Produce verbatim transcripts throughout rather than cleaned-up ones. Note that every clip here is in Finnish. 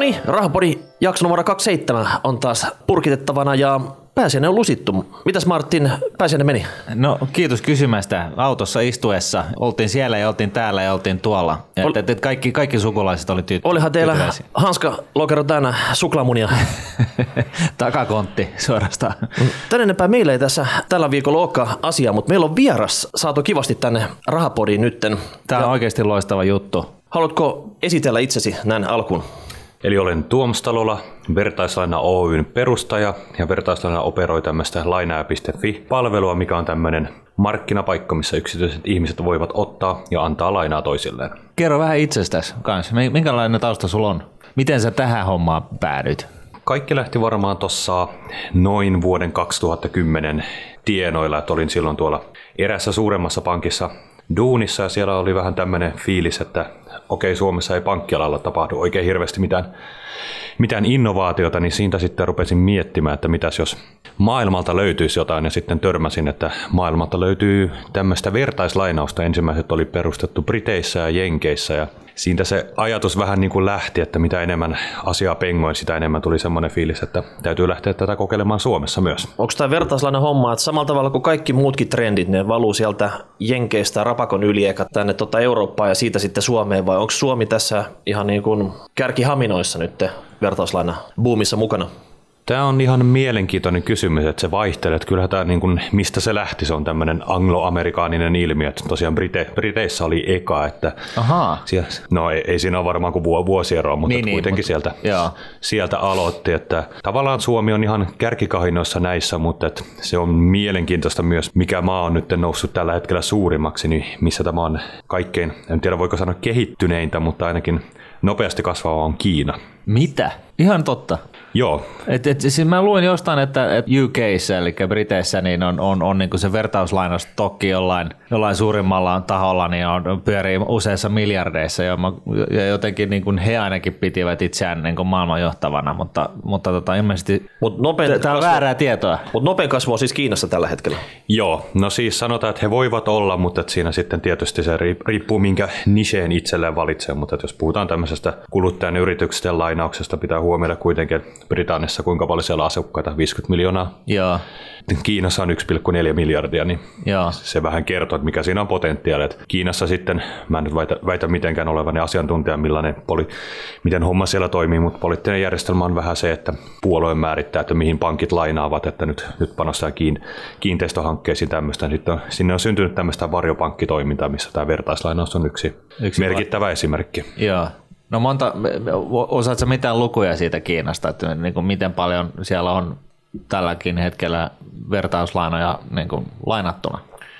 niin, Rahapodi jakso numero kaksikymmentäseitsemän on taas purkitettavana ja pääsiäinen on lusittu. Mitäs Martin, pääsiäinen meni? No kiitos kysymästä. Autossa istuessa oltiin siellä ja oltiin täällä ja oltiin tuolla. Ol... Et, et kaikki, kaikki sukulaiset oli tyytyväisiä. Olihan teillä hanska lokero täynnä suklaamunia. Takakontti suorastaan. Tän enempää meillä ei tässä tällä viikolla olekaan asiaa, mutta meillä on vieras saatu kivasti tänne Rahapodiin nytten. Tämä on ja... oikeasti loistava juttu. Haluatko esitellä itsesi näin alkuun? Eli olen Tuomas Talola, Vertaislaina Oyn perustaja ja Vertaislaina operoi tämmöistä lainaa piste fi-palvelua, mikä on tämmöinen markkinapaikka, missä yksityiset ihmiset voivat ottaa ja antaa lainaa toisilleen. Kerro vähän itsestäsi kanssa. Minkälainen tausta sulla on? Miten sä tähän hommaan päädyit? Kaikki lähti varmaan tuossa noin vuoden kaksituhattakymmenen tienoilla, että olin silloin tuolla erässä suuremmassa pankissa duunissa ja siellä oli vähän tämmöinen fiilis, että okei, Suomessa ei pankkialalla tapahdu oikein hirveästi mitään, mitään innovaatiota, niin siitä sitten rupesin miettimään, että mitäs jos maailmalta löytyisi jotain ja sitten törmäsin, että maailmalta löytyy tämmöistä vertaislainausta. Ensimmäiset oli perustettu Briteissä ja Jenkeissä ja siitä se ajatus vähän niin kuin lähti, että mitä enemmän asiaa pengoin, sitä enemmän tuli semmoinen fiilis, että täytyy lähteä tätä kokeilemaan Suomessa myös. Onko tämä vertaislainen homma, että samalla tavalla kuin kaikki muutkin trendit, ne valuu sieltä Jenkeistä rapakon yli eka tänne tuota Eurooppaan ja siitä sitten Suomeen, vai onko Suomi tässä ihan niin kuin kärkihaminoissa nyt vertaislaina buumissa mukana? Tämä on ihan mielenkiintoinen kysymys, että se vaihtelee. Että kyllähän tämä, niin kuin, mistä se lähti, se on tämmöinen angloamerikaaninen ilmiö. Että tosiaan Brite, Briteissä oli eka. Että siellä, no ei, ei siinä ole varmaan kuin vuosieroa, mutta niin, kuitenkin niin, sieltä, mutta, sieltä aloitti. Että tavallaan Suomi on ihan kärkikahinoissa näissä, mutta että se on mielenkiintoista myös, mikä maa on nyt noussut tällä hetkellä suurimmaksi, niin missä tämä on kaikkein, en tiedä voiko sanoa kehittyneintä, mutta ainakin nopeasti kasvava on Kiina. Mitä? Ihan totta. Joo. Et, et, siis mä luin jostain, että et U K:ssä, eli Briteissä, niin on, on, on niin kuin se vertauslainastokki jollain, jollain suurimmalla taholla, niin on, pyörii useissa miljardeissa, ja, mä, ja jotenkin niin kuin he ainakin pitivät itseään niin kuin maailman johtavana, mutta, mutta tota, ilmeisesti Mut tämä on väärää tietoa. Mutta nopein kasvu on siis Kiinassa tällä hetkellä. Joo, no siis sanotaan, että he voivat olla, mutta että siinä sitten tietysti se riippuu minkä nicheen itselleen valitsee, mutta että jos puhutaan tämmöisestä kuluttajan yrityksen lainauksesta, pitää huomioida kuitenkin, Britanniassa kuinka paljon siellä on asukkaita, viisikymmentä miljoonaa. Joo. Kiinassa on yksi pilkku neljä miljardia, niin Joo. se vähän kertoo, että mikä siinä on potentiaali. Että Kiinassa sitten, mä en nyt väitä, väitä mitenkään olevani asiantuntija, millainen poli, miten homma siellä toimii, mutta poliittinen järjestelmä on vähän se, että puolue määrittää, että mihin pankit lainaavat, että nyt, nyt panostaa kiin, kiinteistöhankkeisiin tämmöistä. Sitten on, sinne on syntynyt tämmöistä varjopankkitoimintaa, missä tämä vertaislainaus on yksi, yksi merkittävä va- esimerkki. Joo. No monta, osaatko mitään lukuja siitä Kiinasta, että niin kuin miten paljon siellä on tälläkin hetkellä vertauslainoja niin kuin lainattuna?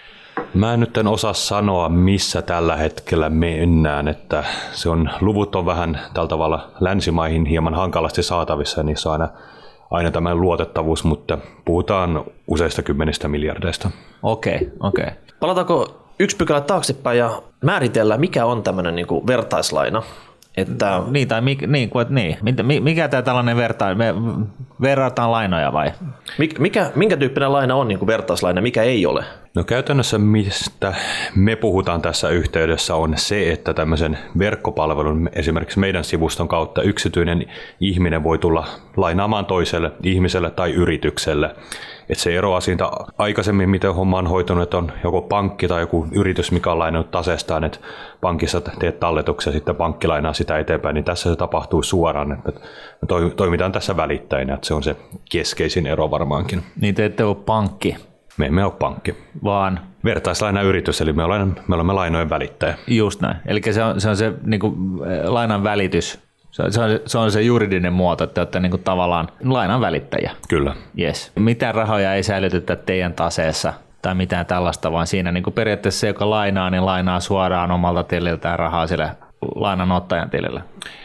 Mä en nyt en osaa sanoa, missä tällä hetkellä mennään, että se on, luvut on vähän tällä tavalla länsimaihin hieman hankalasti saatavissa ja niissä on aina, aina tämä luotettavuus, mutta puhutaan useista kymmenistä miljardeista. Okei, okay, okei. Okay. Palataanko yksi pykälä taaksepäin ja määritellään, mikä on tämmöinen niin kuin vertaislaina? Että... Niin, tai mi, niin, kuin, niin. Mikä tämä tällainen vertain, me verrataan lainoja vai? Mikä, minkä tyyppinen laina on niin kuin vertaislaina, mikä ei ole? No käytännössä mistä me puhutaan tässä yhteydessä on se, että tämmöisen verkkopalvelun esimerkiksi meidän sivuston kautta yksityinen ihminen voi tulla lainaamaan toiselle ihmiselle tai yritykselle. Että se eroaa siitä aikaisemmin, miten homma on hoitunut, että on joko pankki tai joku yritys, mikä on lainannut taseestaan, että pankissa teet talletuksia ja sitten pankki lainaa sitä eteenpäin, niin tässä se tapahtuu suoraan, että me toimitaan tässä välittäjinä, että se on se keskeisin ero varmaankin. Niin te ette ole pankki? Me emme ole pankki. Vaan? Vertaislainayritys, eli me olemme, me olemme lainojen välittäjä. Just näin, eli se on se, on se niin kuin lainan välitys. Se on, se on se juridinen muoto, että olette niin kuin tavallaan lainan välittäjä. Kyllä. Yes. Mitään rahoja ei säilytetä teidän taseessa tai mitään tällaista, vaan siinä niin kuin periaatteessa se, joka lainaa, niin lainaa suoraan omalta tililtään rahaa sille lainanottajan tilille.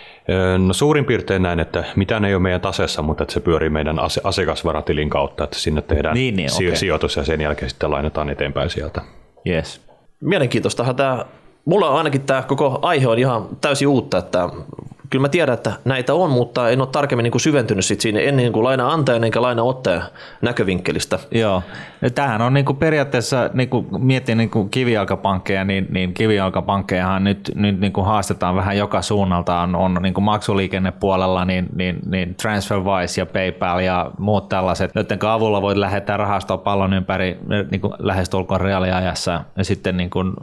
No suurin piirtein näin, että mitään ei ole meidän taseessa, mutta että se pyörii meidän asiakasvaratilin kautta, että sinne tehdään niin, niin, okay. sijoitus ja sen jälkeen sitten lainataan eteenpäin sieltä. Yes. Mielenkiintoistahan tämä, mulla on ainakin tämä koko aihe on ihan täysin uutta, että kyllä mä tiedän, että näitä on, mutta en ole tarkemmin niin kuin syventynyt sit siinä ennen niin kuin laina-antajan enkä laina-ottajan näkövinkkelistä. Joo, ja tämähän on niin kuin periaatteessa, niin kuin mietin niin kuin kivijalkapankkeja, niin, niin kivijalkapankkejahan nyt, nyt niin kuin haastetaan vähän joka suunnalta, on, on niin kuin maksuliikennepuolella niin, niin, niin TransferWise ja PayPal ja muut tällaiset, joiden avulla voit lähettää rahastoa pallon ympäri niin kuin lähestulkoon reaaliajassa, ja sitten, niin kuin,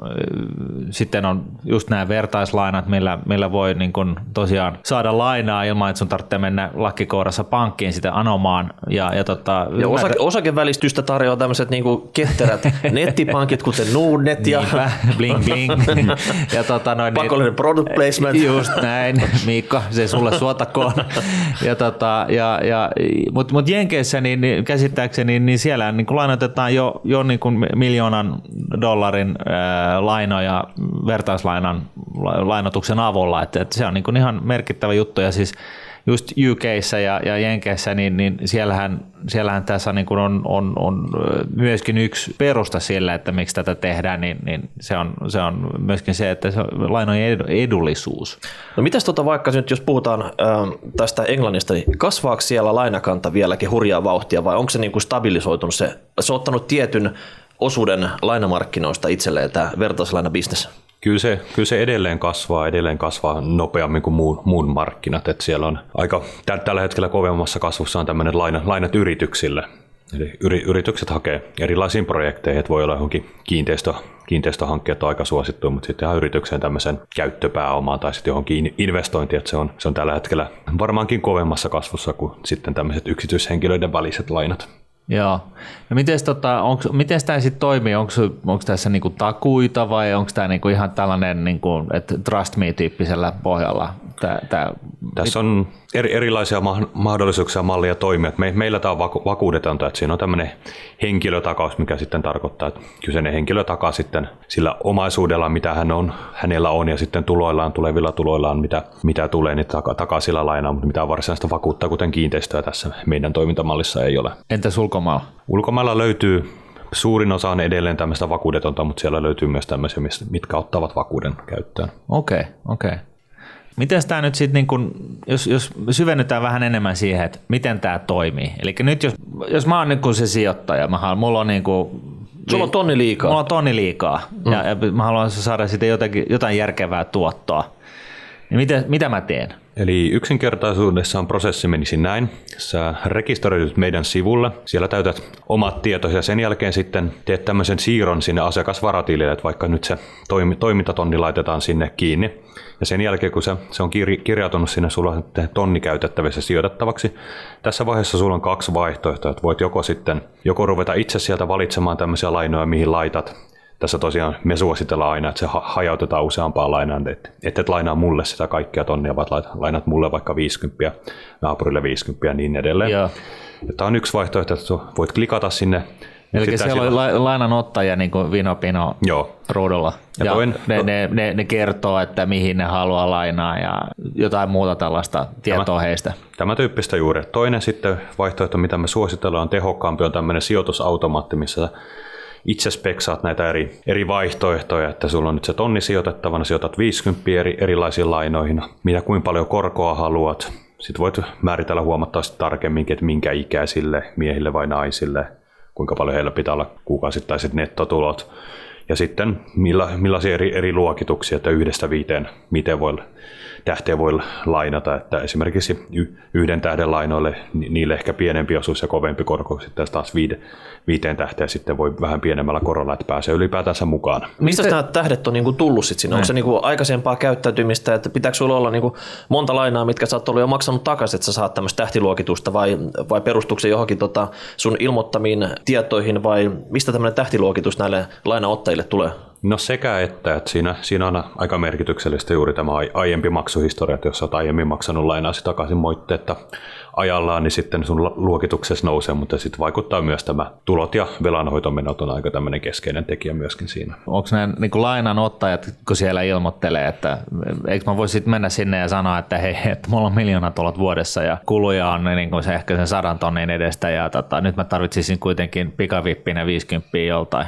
sitten on just nämä vertaislainat, millä, millä voi niin kuin tosiaan saada lainaa ilman, että sun tarvitsee mennä lakkikourassa pankkiin sitä anomaan. Ja, ja, tota, ja osake, osakevälistystä tarjoaa tämmöiset niinku ketterät nettipankit, kuten Nordnet ja Niinpä, bling bling. Ja tota, noin, pakollinen product placement. Just näin, Miikka, se sulle suotakoon. Ja tota, ja, ja, Mutta mut Jenkeissä niin, niin käsittääkseni niin siellä niin lainoitetaan jo, jo niin kuin miljoonan dollarin ää, lainoja vertaislainan lainotuksen avulla. Et, et se on niin kuin ihan merkittävä juttu. Ja siis just U K:ssä ja, ja Jenkeissä, niin, niin siellähän, siellähän tässä niin kuin on, on, on myöskin yksi perusta sille, että miksi tätä tehdään, niin, niin se, on, se on myöskin se, että se on lainojen edullisuus. No mitäs tota vaikka nyt, jos puhutaan äh, tästä Englannista, niin kasvaako siellä lainakanta vieläkin hurjaa vauhtia vai onko se niin kuin stabilisoitunut se, se on ottanut tietyn osuuden lainamarkkinoista itselleen tämä vertaislainabisnes? Kyllä se, kyllä se edelleen kasvaa, edelleen kasvaa nopeammin kuin muun, muun markkinat. Et siellä on aika, tällä hetkellä kovemmassa kasvussa on tämmöinen laina, lainat yrityksille. Eli yri, yritykset hakee erilaisiin projekteihin, että voi olla johonkin kiinteistö, kiinteistöhankkeet on aika suosittu, mutta sitten ihan yritykseen tämmöisen käyttöpääomaan tai sitten johonkin investointiin, että se on, se on tällä hetkellä varmaankin kovemmassa kasvussa kuin sitten tämmöiset yksityishenkilöiden väliset lainat. Joo. No miten tota, miten tämä sitten toimii? Onko tässä niinku takuita vai onko tämä niinku ihan tällainen, niinku, että trust me-tyyppisellä pohjalla? Tää, tää, Tässä on eri, erilaisia ma- mahdollisuuksia mallia toimia. Me, meillä tämä on vaku- vakuudetonta, että siinä on tämmöinen henkilötakaus, mikä sitten tarkoittaa, että kyseinen henkilö takaa sitten sillä omaisuudella, mitä hän on, hänellä on, ja sitten tuloillaan, tulevilla tuloillaan, mitä, mitä tulee, niin takaa, takaa sillä lainaa, mutta mitään varsinaista vakuuttaa, kuten kiinteistöä tässä meidän toimintamallissa ei ole. Entäs ulkomailla? Ulkomailla löytyy, suurin osa on edelleen tämmöistä vakuudetonta, mutta siellä löytyy myös tämmöisiä, mitkä ottavat vakuuden käyttöön. Okei, okay, okei. Okay. Miten tämä nyt sitten, niin jos, jos syvennytään vähän enemmän siihen, että miten tämä toimii? Eli nyt jos, jos mä oon niin se sijoittaja, mä haluan, mulla on niin kuin, Sulla on tonni liikaa. Mulla on tonni liikaa mm. ja, ja mä haluan saada siitä jotakin, jotain järkevää tuottoa. Niin mitä, mitä mä teen? Eli yksinkertaisuudessaan prosessi menisi näin. Sä rekisteröidyt meidän sivulle, siellä täytät omat tietosi ja sen jälkeen sitten teet tämmöisen siirron sinne asiakasvaratilille, että vaikka nyt se toimi, toimintatonni laitetaan sinne kiinni. Ja sen jälkeen, kun se, se on kir, kirjautunut sinne, sulla on tonni käytettävissä sijoitettavaksi. Tässä vaiheessa sulla on kaksi vaihtoehtoa, että voit joko sitten joko ruveta itse sieltä valitsemaan tämmöisiä lainoja, mihin laitat. Tässä tosiaan me suositellaan aina, että se hajautetaan useampaan lainaan, että et, et lainaa mulle sitä kaikkea tonnia, vaan lainat mulle vaikka viisikymmentä, naapurille viisikymmentä ja niin edelleen. Ja tämä on yksi vaihtoehto, että voit klikata sinne. Eli siellä on la- lainanottaja niin kuin Vinopino ruudulla. Ja, ja toinen, ne, ne, ne, ne kertoo, että mihin ne haluaa lainaa ja jotain muuta tällaista tietoa tämä, heistä. Tämä tyyppistä juuri. Toinen sitten vaihtoehto, mitä me suositellaan, on tehokkaampi, on tämmöinen sijoitusautomaatti, missä itse speksaat näitä eri, eri vaihtoehtoja, että sulla on nyt se tonni sijoitettavana, sijoitat viisikymmentä eri, erilaisiin lainoihin, mitä kuinka paljon korkoa haluat. Sitten voit määritellä huomattavasti tarkemminkin, että minkä ikäisille, miehille vai naisille, kuinka paljon heillä pitää olla kuukausittaiset nettotulot. Ja sitten milla, millaisia eri, eri luokituksia, että yhdestä viiteen, miten voi, tähteen voi lainata. Että esimerkiksi yhden tähden lainoille, niille ehkä pienempi osuus ja kovempi korko, sitten taas viide, viiteen tähteen sitten voi vähän pienemmällä korolla, että pääsee ylipäätänsä mukaan. Mistä nämä tähdet on niinku tullut sitten sinne? Onko se niinku aikaisempaa käyttäytymistä, että pitääkö sulla olla niinku monta lainaa, mitkä sä oot ollut jo maksanut takaisin, että sä saat tämmöistä tähtiluokitusta, vai, vai perustuuko se johonkin tota sun ilmoittamiin tietoihin, vai mistä tämmöinen tähtiluokitus näille lainaottajille tulee? No sekä että, että siinä, siinä on aika merkityksellistä juuri tämä aiempi maksuhistoria, että jos olet aiemmin maksanut lainaasi takaisin moitteetta ajallaan, niin sitten sun luokituksessa nousee, mutta sitten vaikuttaa myös tämä tulot ja velanhoitomenot on aika tämmöinen keskeinen tekijä myöskin siinä. Onko ne niin kuin lainanottajat, kun siellä ilmoittelee, että eikö mä voisi sitten mennä sinne ja sanoa, että hei, että mulla on miljoona tulot vuodessa ja kuluja on niin kuin se ehkä sen sadan tonnin edestä ja tota, nyt mä tarvitsisin kuitenkin pikavippinä viisikymmentä joltain.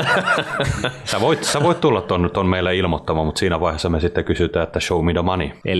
Sä voit, sä voit tulla ton, ton meille ilmoittamaan, mutta siinä vaiheessa me sitten kysytään, että show me the money. Eli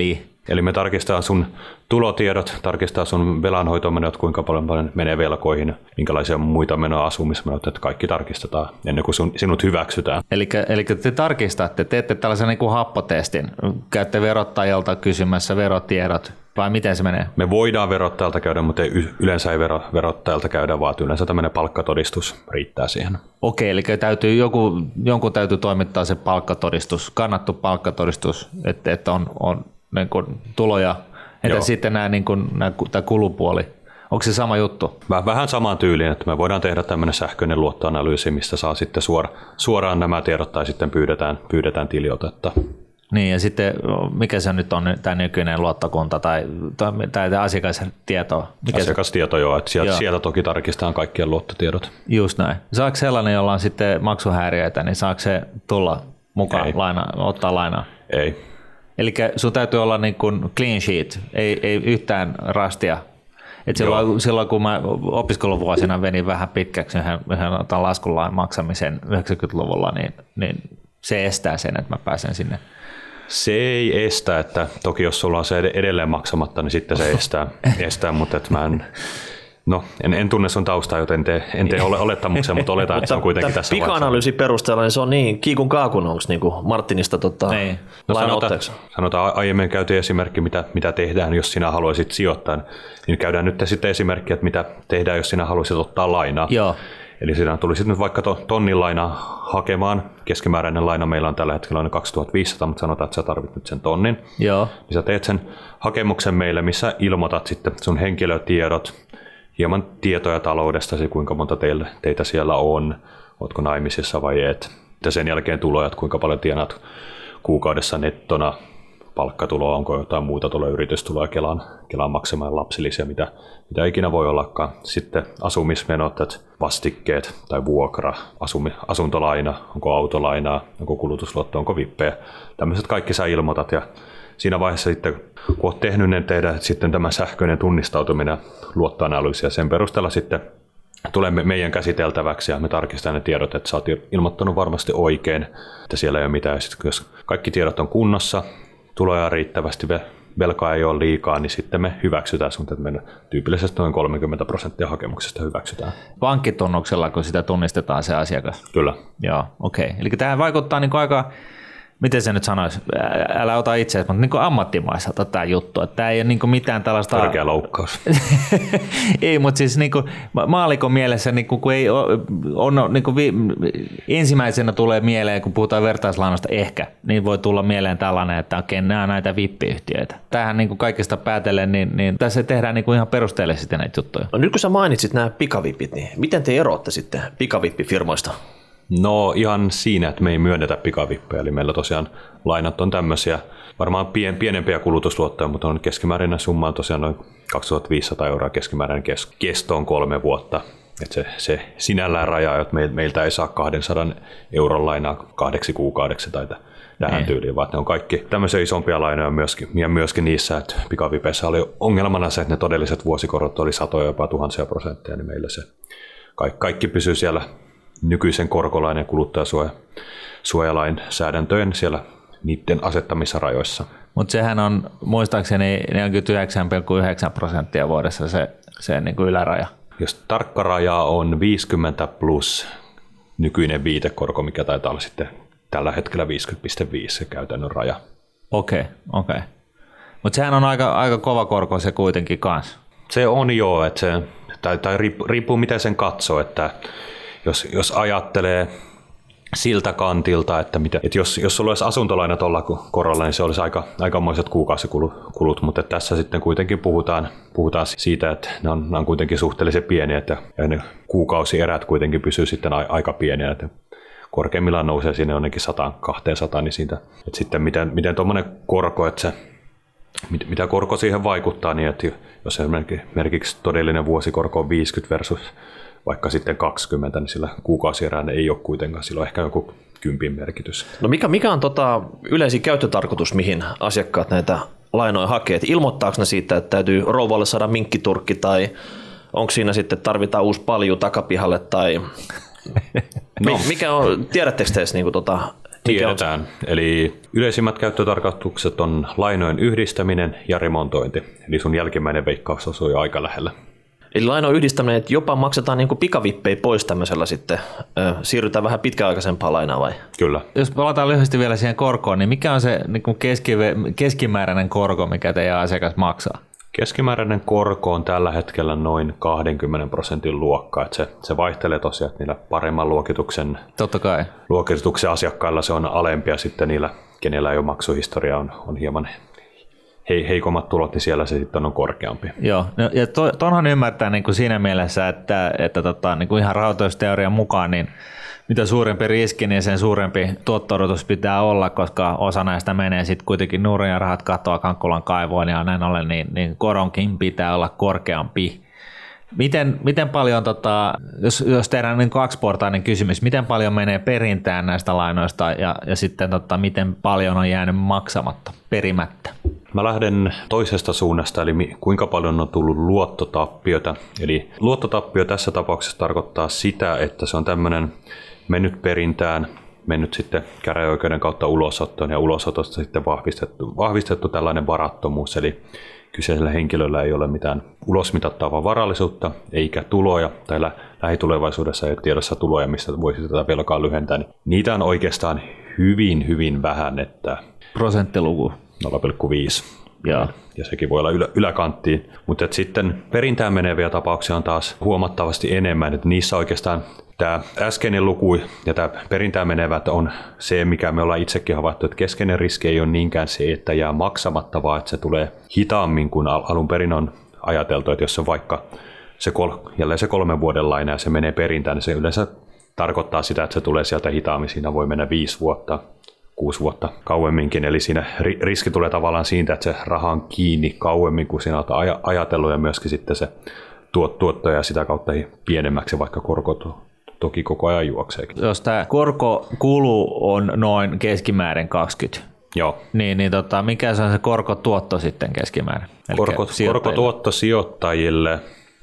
Eli me tarkistetaan sun tulotiedot, tarkistaa sun velanhoitomenot, kuinka paljon, paljon menee velkoihin, minkälaisia muita menoja, asumismenot, että kaikki tarkistetaan ennen kuin sun, sinut hyväksytään. Eli, eli te tarkistatte, teette tällaisen niin kuin happotestin, käytte verottajalta kysymässä verotiedot, vai miten se menee? Me voidaan verottajalta käydä, mutta ei yleensä ei vero, verottajalta käydä, vaan yleensä tämmöinen palkkatodistus riittää siihen. Okei, eli täytyy joku, jonkun täytyy toimittaa se palkkatodistus, kannattu palkkatodistus, että, että on, on niin kuin tuloja, entä Joo. sitten nämä, niin kuin, nämä, tämä kulupuoli, onko se sama juttu? Vähän samaan tyyliin, että me voidaan tehdä tämmöinen sähköinen luottoanalyysi, mistä saa sitten suora, suoraan nämä tiedot tai sitten pyydetään, pyydetään tiliotetta. Niin, ja sitten mikä se nyt on tämä nykyinen luottokunta tai, tai, tai asiakastieto? Mikä Asiakastieto, se? joo, että sieltä, joo. sieltä toki tarkistetaan kaikkien luottotiedot. Just näin. Saako sellainen, jolla on sitten maksuhäiriöitä, niin saako se tulla mukaan, laina, ottaa lainaa? Ei. Eli sun täytyy olla niin kuin clean sheet, ei, ei yhtään rastia. Et silloin, silloin kun mä opiskeluvuosina venin vähän pitkäksi yhden, yhden laskunlain maksamisen yhdeksänkymmentäluvulla, niin, niin se estää sen, että mä pääsen sinne. Se ei estä, että toki jos sulla on se edelleen maksamatta, niin sitten se estää, estää mutta että mä en, no, en, en tunne sun taustaa, joten te, en tee ole olettamuksia, mutta oletan, että se on kuitenkin tässä vaiheessa. Pika-analyysin perusteella niin se on niin kiikun kaakun, onko niin kuin Martinista tota, no, sanotaan, sanotaan aiemmin käytiin esimerkki, mitä, mitä tehdään, jos sinä haluaisit sijoittaa, niin käydään nyt sitten esimerkkiä, että mitä tehdään, jos sinä haluaisit ottaa lainaa. Joo. Eli sinä tulisit nyt vaikka tonnin laina hakemaan. Keskimääräinen laina meillä on tällä hetkellä noin kaksituhattaviisisataa, mutta sanotaan, että sä tarvit nyt sen tonnin. Joo. Niin sä teet sen hakemuksen meille, missä ilmoitat sitten sun henkilötiedot, hieman tietoja taloudestasi, kuinka monta teille, teitä siellä on, ootko naimisissa vai et. Ja sen jälkeen tulojat, kuinka paljon tienaat kuukaudessa nettona, palkkatuloa, onko jotain muuta tuloa, yritystuloa, Kelan, Kelan maksamaan lapsilisiä, mitä, mitä ikinä voi ollakaan. Sitten asumismenot, vastikkeet tai vuokra, asumi, asuntolaina, onko autolainaa, onko kulutusluotto, onko vippejä. Tämmöiset kaikki sä ilmoitat ja siinä vaiheessa sitten, kun olet tehnyt ne, tehdä sitten tämä sähköinen tunnistautuminen, luottoanalyysi ja sen perusteella sitten tulemme meidän käsiteltäväksi ja me tarkistamme ne tiedot, että sä oot ilmoittanut varmasti oikein, että siellä ei ole mitään. Ja sitten jos kaikki tiedot on kunnossa, tuloja riittävästi, velkaa ei ole liikaa, niin sitten me hyväksytään sun, että meidän tyypillisesti noin kolmekymmentä prosenttia hakemuksesta hyväksytään. Pankkitunnuksella, kun sitä tunnistetaan se asiakas? Kyllä. Joo, okei. Okay. Eli tähän vaikuttaa niin kuin aika, miten se nyt sanoisi, älä ota itse, mutta niin kuin ammattimaiselta tämä juttu. Että tämä ei ole niin kuin mitään tällaista... Törkeä loukkaus. Ei, mutta siis niin kuin maallikon mielessä, niin kuin, kun ei ole, on, niin kuin vi, ensimmäisenä tulee mieleen, kun puhutaan vertaislainasta ehkä, niin voi tulla mieleen tällainen, että okei, nämä on näitä vippiyhtiöitä. Tähän niin kuin kaikista päätellen, niin, niin tässä tehdään niin kuin ihan perusteellisesti näitä juttuja. No nyt kun sä mainitsit nämä pikavipit, niin miten te eroatte sitten pikavippifirmoista? No ihan siinä, että me ei myönnetä pikavippejä, eli meillä tosiaan lainat on tämmöisiä, varmaan pien, pienempiä kulutusluottoja, mutta on keskimääräinen summa on tosiaan noin kaksituhattaviisisataa euroa, keskimääräinen kes, kesto on kolme vuotta. Et se, se sinällään rajaa, että meiltä ei saa kahdensadan euron lainaa kahdeksi kuukaudeksi tai tähän tyyliin, vaan ne on kaikki tämmöisiä isompia lainoja myöskin, ja myöskin niissä, että pikavipeissä oli ongelmana se, että ne todelliset vuosikorot oli satoja jopa tuhansia prosentteja, niin meillä se kaikki, kaikki pysyy siellä nykyisen korkolain ja kuluttajasuojalainsäädäntöjen siellä niiden asettamissa rajoissa. Mutta sehän on muistaakseni neljäkymmentäyhdeksän pilkku yhdeksän prosenttia vuodessa se, se niin kuin yläraja. Jos tarkka raja on viisikymmentä plus nykyinen viitekorko, mikä taitaa olla sitten tällä hetkellä viisikymmentä pilkku viisi se käytännön raja. Okei, okay, okei. Okay. Mutta sehän on aika, aika kova korko se kuitenkin kanssa. Se on joo, että se, tai, tai riippuu, riippuu miten sen katsoo, että Jos, jos ajattelee siltä kantilta, että, mitä, että jos, jos sulla olisi asuntolaina tuolla korolla, niin se olisi aika, aikamoiset kuukausikulut, mutta tässä sitten kuitenkin puhutaan, puhutaan siitä, että ne on, ne on kuitenkin suhteellisen pieniä, että, ja ne kuukausierät kuitenkin pysyy sitten a, aika pieniä, että korkeimmillaan nousee sinne jonnekin sata kaksisataa, niin siitä, että sitten miten, miten tuommoinen korko, että se, mit, mitä korko siihen vaikuttaa, niin että jos esimerkiksi todellinen vuosikorko on viisikymmentä versus vaikka sitten kaksikymmentä, niin sillä kuukausierään ei ole kuitenkaan, sillä on ehkä joku kympin merkitys. No mikä, mikä on tota yleisin käyttötarkoitus, mihin asiakkaat näitä lainoja hakee? Ilmoittaako ne siitä, että täytyy rouvalle saada minkkiturkki, tai onko siinä sitten tarvitaan uusi palju takapihalle, tai no. mikä on, tiedättekö te edes niinku tota Tiedetään. Eli yleisimmät käyttötarkoitukset on lainojen yhdistäminen ja remontointi. Eli sun jälkimmäinen veikkaus osui jo aika lähellä. Eli lainojen yhdistäminen, että jopa maksetaan niin kuin pikavippejä pois tämmöisellä sitten, siirrytään vähän pitkäaikaisempaa lainaa vai? Kyllä. Jos palataan lyhyesti vielä siihen korkoon, niin mikä on se niin kuin keskive- keskimääräinen korko, mikä teidän asiakas maksaa? Keskimääräinen korko on tällä hetkellä noin kaksikymmentä prosentin luokkaa. Että se, se vaihtelee tosiaan, että niillä paremman luokituksen, Totta kai. luokituksen asiakkailla se on alempi ja sitten niillä, kenellä ei ole maksuhistoria, on, on hieman he, heikommat tulot, niin siellä se sitten on korkeampi. Joo, no, ja to, tonhan ymmärtää niin kuin siinä mielessä, että, että tota, niin kuin ihan rahoitusteorian mukaan, niin mitä suurempi riski, niin sen suurempi tuotto-odotus pitää olla, koska osa näistä menee sitten kuitenkin nuurin ja rahat katoaa Kankkulan kaivoon ja näin ollen, niin, niin koronkin pitää olla korkeampi. Miten, miten paljon, tota, jos, jos tehdään niin kaksiportainen kysymys, miten paljon menee perintään näistä lainoista ja, ja sitten tota, miten paljon on jäänyt maksamatta, perimättä? Mä lähden toisesta suunnasta, eli kuinka paljon on tullut luottotappiota. Eli luottotappio tässä tapauksessa tarkoittaa sitä, että se on tämmöinen mennyt perintään, mennyt sitten käräjäoikeuden kautta ulosottoon ja ulosotosta sitten vahvistettu, vahvistettu tällainen varattomuus. Eli kyseisellä henkilöllä ei ole mitään ulosmitattavaa varallisuutta eikä tuloja tai lä- lähitulevaisuudessa ei ole tiedossa tuloja, mistä voisi tätä velkaa lyhentää. Niin niitä on oikeastaan hyvin, hyvin vähän, että prosenttiluku. nolla pilkku viisi. Joo. Ja sekin voi olla ylä, yläkanttiin. Mutta sitten perintään meneviä tapauksia on taas huomattavasti enemmän. Että niissä oikeastaan tämä äskeinen luku ja tämä perintään menevät on se, mikä me ollaan itsekin havaittu, että keskeinen riski ei ole niinkään se, että jää maksamatta, vaan että se tulee hitaammin kuin alun perin on ajateltu. Että jos se vaikka se kol, jälleen se kolmen vuoden laina ja se menee perintään, niin se yleensä tarkoittaa sitä, että se tulee sieltä hitaammin. Siinä voi mennä viisi vuotta. kuusi vuotta kauemminkin, eli siinä riski tulee tavallaan siitä, että se raha on kiinni kauemmin kuin sinä olet ajatellut ja myöskin sitten se tuot, tuottoja sitä kautta pienemmäksi, vaikka korko to, toki koko ajan juokseekin. Jos tämä korkokulu on noin keskimäärin kaksikymmentä, Joo. niin, niin tota, mikä se on se korkotuotto sitten keskimäärin? Korko, korkotuotto sijoittajille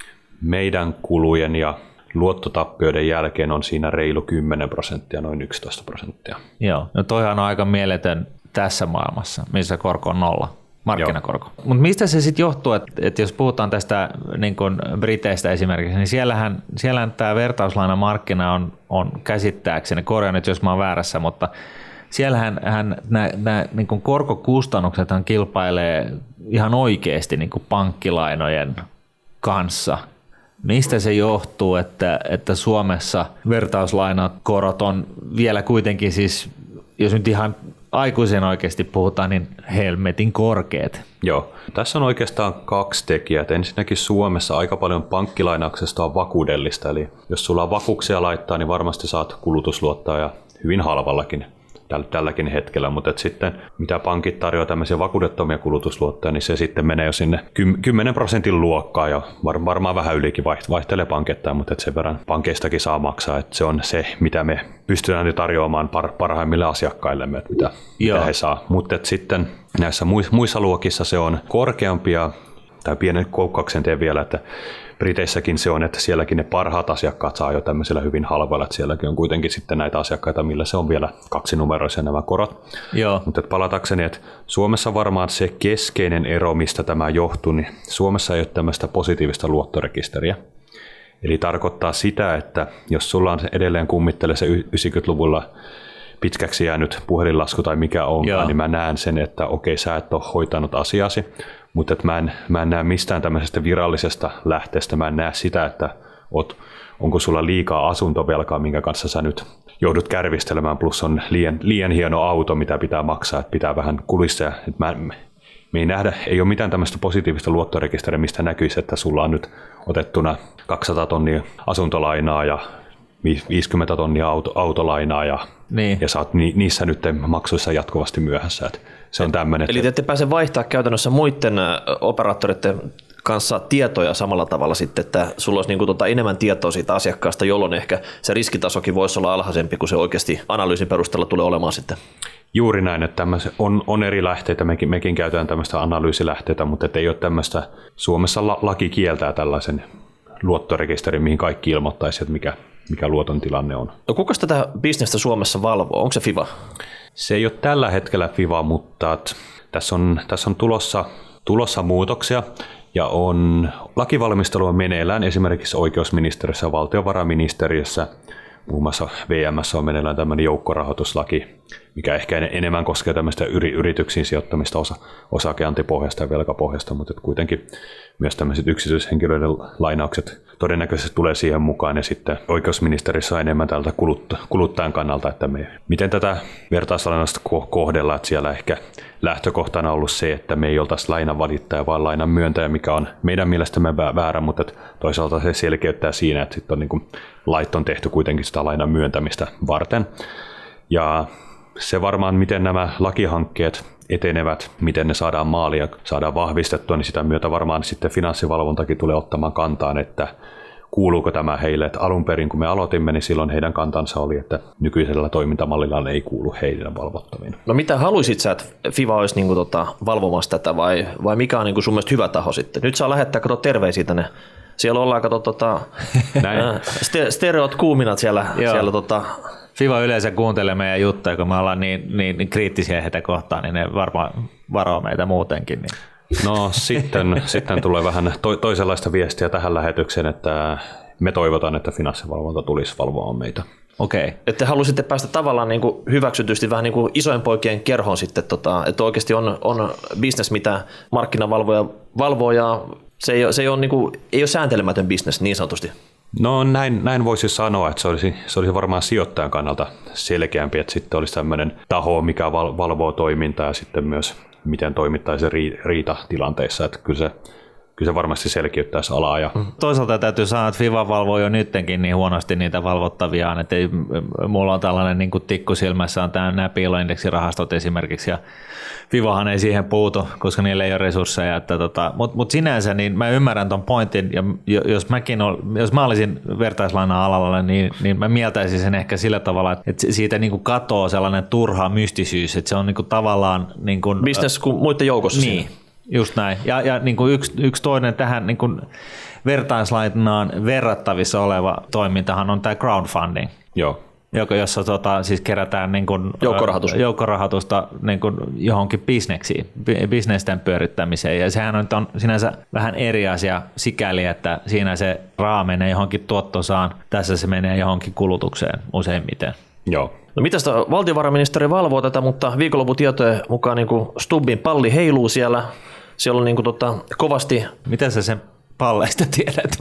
meidän kulujen ja luottotappioiden jälkeen on siinä reilu kymmenen prosenttia, noin yksitoista prosenttia. Joo, no toihan on aika mieletön tässä maailmassa, missä korko on nolla, markkinakorko. Mutta mistä se sitten johtuu, että, että jos puhutaan tästä niin kuin Briteistä esimerkiksi, niin siellähän, siellähän tämä vertauslainamarkkina on, on käsittääkseni, korjaan nyt jos mä oon väärässä, mutta siellähän nämä niin kuin korkokustannuksethan kilpailee ihan oikeasti niin kuin pankkilainojen kanssa. Mistä se johtuu, että, että Suomessa vertauslainakorot on vielä kuitenkin siis, jos nyt ihan aikuisen oikeasti puhutaan, niin helmetin korkeat? Joo, tässä on oikeastaan kaksi tekijää. Ensinnäkin Suomessa aika paljon pankkilainauksesta on vakuudellista, eli jos sulla on vakuuksia laittaa, niin varmasti saat kulutusluottoa ja hyvin halvallakin tälläkin hetkellä, mutta sitten mitä pankit tarjoaa tämmöisiä vakuudettomia kulutusluottoja, niin se sitten menee jo sinne kymmenen prosentin luokkaan ja varmaan vähän ylikin vaihtelee pankettaan, mutta sen verran pankeistakin saa maksaa, että se on se, mitä me pystytään tarjoamaan parhaimmille asiakkaillemme, että mitä, mitä he saa. Mutta sitten näissä muissa luokissa se on korkeampia, tai pienen koukkauksen teen vielä, että Briteissäkin se on, että sielläkin ne parhaat asiakkaat saa jo tämmöisellä hyvin halvalla, että sielläkin on kuitenkin sitten näitä asiakkaita, millä se on vielä kaksinumeroisia nämä korot. Joo. Mutta palatakseni, että Suomessa varmaan se keskeinen ero, mistä tämä johtuu, niin Suomessa ei ole tämmöistä positiivista luottorekisteriä. Eli tarkoittaa sitä, että jos sulla on edelleen kummittelee se yhdeksänkymmentäluvulla pitkäksi jäänyt puhelinlasku tai mikä onkaan, Joo. niin mä näen sen, että okei, sä et ole hoitanut asiasi, mutta mä en, mä en näe mistään tämmöisestä virallisesta lähteestä, mä en näe sitä, että oot, onko sulla liikaa asuntovelkaa, minkä kanssa sä nyt joudut kärvistelemään, plus on liian, liian hieno auto, mitä pitää maksaa, että pitää vähän kulissa. Mä, me ei nähdä, ei ole mitään tämmöistä positiivista luottorekisteriä, mistä näkyisi, että sulla on nyt otettuna kaksisataa tonnia asuntolainaa ja viisikymmentä tonnia auto, autolainaa ja, niin. ja sä oot ni, niissä nyt maksuissa jatkuvasti myöhässä. Että se on tämmöinen, Eli te ette pääse vaihtaa käytännössä muiden operaattoreiden kanssa tietoja samalla tavalla sitten, että sulla olisi niin kuin tuota enemmän tietoa siitä asiakkaasta, jolloin ehkä se riskitasokin voisi olla alhaisempi kuin se oikeasti analyysin perusteella tulee olemaan sitten. Juuri näin, että on, on eri lähteitä, mekin, mekin käytetään tämmöistä analyysilähteitä, mutta ei ole tämmöistä, Suomessa laki kieltää tällaisen luottorekisterin, mihin kaikki ilmoittaisi, että mikä, mikä luoton tilanne on. No kuka tätä bisnestä Suomessa valvoo? Onko se FIVA? Se ei ole tällä hetkellä FIVA, mutta tässä on, tässä on tulossa, tulossa muutoksia ja on lakivalmistelu on meneillään esimerkiksi oikeusministeriössä ja valtiovarainministeriössä. Muun muassa V M:ssä on meneillään tämmöinen joukkorahoituslaki, mikä ehkä enemmän koskee tämmöistä yrityksiin sijoittamista osa, osakeantipohjasta ja velkapohjasta, mutta kuitenkin myös tämmöiset yksityishenkilöiden lainaukset todennäköisesti tulee siihen mukaan, ja sitten oikeusministeriössä on enemmän tältä kuluttajan kannalta, että me, miten tätä vertaislainasta kohdellaan, että siellä ehkä lähtökohtana on ollut se, että me ei oltaisi lainan valittaja, vaan lainan myöntäjä, mikä on meidän mielestämme väärä, mutta toisaalta se selkeyttää siinä, että sitten on niin kuin lait on tehty kuitenkin sitä lainan myöntämistä varten. Ja se varmaan, miten nämä lakihankkeet etenevät, miten ne saadaan maaliin ja saadaan vahvistettua, niin sitä myötä varmaan sitten finanssivalvontakin tulee ottamaan kantaan, että kuuluuko tämä heille. Että alun perin, kun me aloitimme, niin silloin heidän kantansa oli, että nykyisellä toimintamallilla ei kuulu heidän valvottaviin. No mitä haluaisit sä, että FIVA olisi niin kuin tota, valvomassa tätä vai, vai mikä on niin kuin sun mielestä hyvä taho sitten? Nyt saa lähettää, kato terveisiä tänne. Siellä ollaan, kato, tota, stereot kuuminat siellä. siellä tota. FIVA yleensä kuuntelee meidän juttuja, kun me ollaan niin, niin, niin kriittisiä heitä kohtaan, niin ne varmaan varoo meitä muutenkin. Niin. No sitten, sitten tulee vähän to, toisenlaista viestiä tähän lähetykseen, että me toivotaan, että finanssivalvonta tulisi valvomaan meitä. Okei. Okay. Että halusitte päästä tavallaan niin kuin hyväksytysti vähän niin kuin isojen poikien kerhoon sitten, tota, että oikeasti on, on business, mitä markkinavalvoja valvoo ja se ei, se ei, ole, niin kuin, ei ole sääntelemätön business niin sanotusti. No näin, näin voisi sanoa, että se olisi, se olisi varmaan sijoittajan kannalta selkeämpi, että sitten olisi tämmöinen taho, mikä val, valvoo toimintaa ja sitten myös miten toimittaisiin riitatilanteissa, että kyllä se, kyllä se varmasti selkiyttäisi alaa. Ja toisaalta täytyy sanoa, että FIVA valvoo jo nyttenkin niin huonosti niitä valvottaviaan, että ei, mulla on tällainen niin kuin tikku silmässä on tämä, nämä piiloindeksirahastot esimerkiksi ja FIVAhan ei siihen puutu, koska niillä ei ole resursseja. Tota, Mutta mut sinänsä niin mä ymmärrän ton pointin ja jos, mäkin ol, jos mä olisin vertaislaina-alalla, niin, niin mä mieltäisin sen ehkä sillä tavalla, että siitä niin kuin katoo sellainen turha mystisyys, että se on niin kuin tavallaan niin kuin, business kuin muiden joukossa. Niin. Siinä. Just näin. Ja, ja niin kuin yksi, yksi toinen tähän niin kuin vertaislainaan verrattavissa oleva toimintahan on tämä crowdfunding. Joo. Joka, jossa tota, siis kerätään niin kuin, Joukkorahoitus. joukkorahoitusta niin kuin johonkin bisneksiin, bisnesten pyörittämiseen. Ja sehän on, on sinänsä vähän eri asia sikäli, että siinä se raha menee johonkin tuottosaan, tässä se menee johonkin kulutukseen useimmiten. Joo. No mitäs valtiovarainministeri valvoo tätä, mutta viikonlopun tietojen mukaan niin kuin Stubbin palli heiluu siellä. Siellä on niin kuin, tota, kovasti... Mitä sä sen palleista tiedät?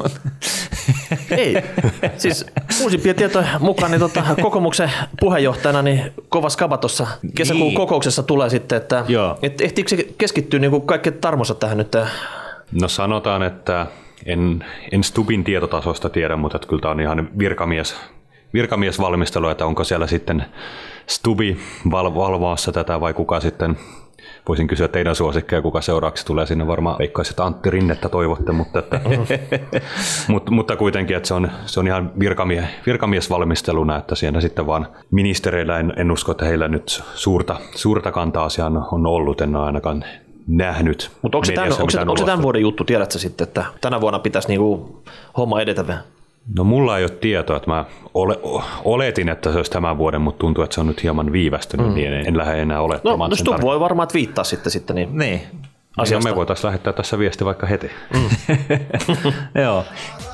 Ei. Siis uusimpia tietoja mukaan niin tota, kokoomuksen puheenjohtajana niin kova skaba tuossa kesäkuun niin. kokouksessa tulee sitten, että et, ehtiikö se keskittyä niin kuin kaikkein tarmonsa tähän nyt? No sanotaan, että en, en Stubbin tietotasosta tiedä, mutta että kyllä tämä on ihan virkamies, virkamiesvalmistelu, että onko siellä sitten Stubbi val, valvoassa tätä vai kuka sitten... Voisin kysyä teidän suosikkeja, kuka seuraavaksi tulee sinne. Varmaan veikkaisin, että Antti Rinnettä toivotte, mutta, että, mutta, mutta kuitenkin, että se on, se on ihan virkamie, virkamiesvalmisteluna, että siinä sitten vaan ministereillä en, en usko, että heillä nyt suurta, suurta kantaa asiaan on ollut, en ole ainakaan nähnyt. Mutta onko se tämän, onko se, onko se tämän vuoden juttu, tiedätkö sitten, että tänä vuonna pitäisi niinku homma edetä vähän? No mulla ei ole tietoa, että mä ole, oletin, että se olisi tämän vuoden, mutta tuntuu, että se on nyt hieman viivästynyt, mm. niin en, en lähde enää olettamaan. No, no Stubb voi varmaan viittaa sitten. sitten niin. Niin. Asiasta. Me voitaisiin lähettää tässä viesti vaikka heti. Mm. Joo.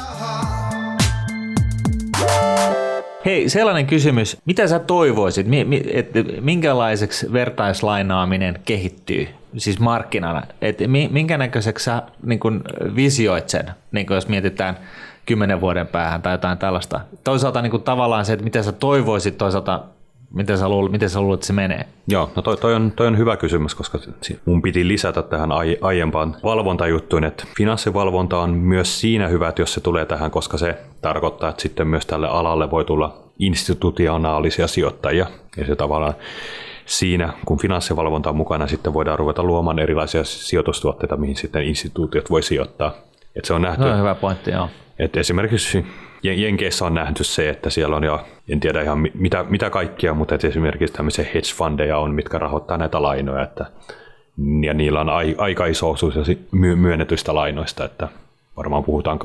Hei, sellainen kysymys. Mitä sä toivoisit, että minkälaiseksi vertaislainaaminen kehittyy, siis markkinana? Että minkä näköiseksi sä niin kun visioit sen, niin kun jos mietitään kymmenen vuoden päähän tai jotain tällaista. Toisaalta niin kuin tavallaan se, että mitä sä toivoisit, toisaalta miten sä luulet, miten sä luulet että se menee? Joo, no toi, toi, on, toi on hyvä kysymys, koska mun piti lisätä tähän aiempaan valvontajuttuun, että finanssivalvonta on myös siinä hyvä, että jos se tulee tähän, koska se tarkoittaa, että sitten myös tälle alalle voi tulla institutionaalisia sijoittajia. Ja se tavallaan siinä, kun finanssivalvonta on mukana, sitten voidaan ruveta luomaan erilaisia sijoitustuotteita, mihin sitten instituutiot voi sijoittaa. Että se on nähty. No, hyvä pointti, joo. Että esimerkiksi Jenkeissä on nähty se, että siellä on jo, en tiedä ihan mitä, mitä kaikkia, mutta että esimerkiksi tämmöisiä hedge fundeja on, mitkä rahoittaa näitä lainoja, että, ja niillä on ai, aika iso osuus myönnetyistä lainoista, että varmaan puhutaan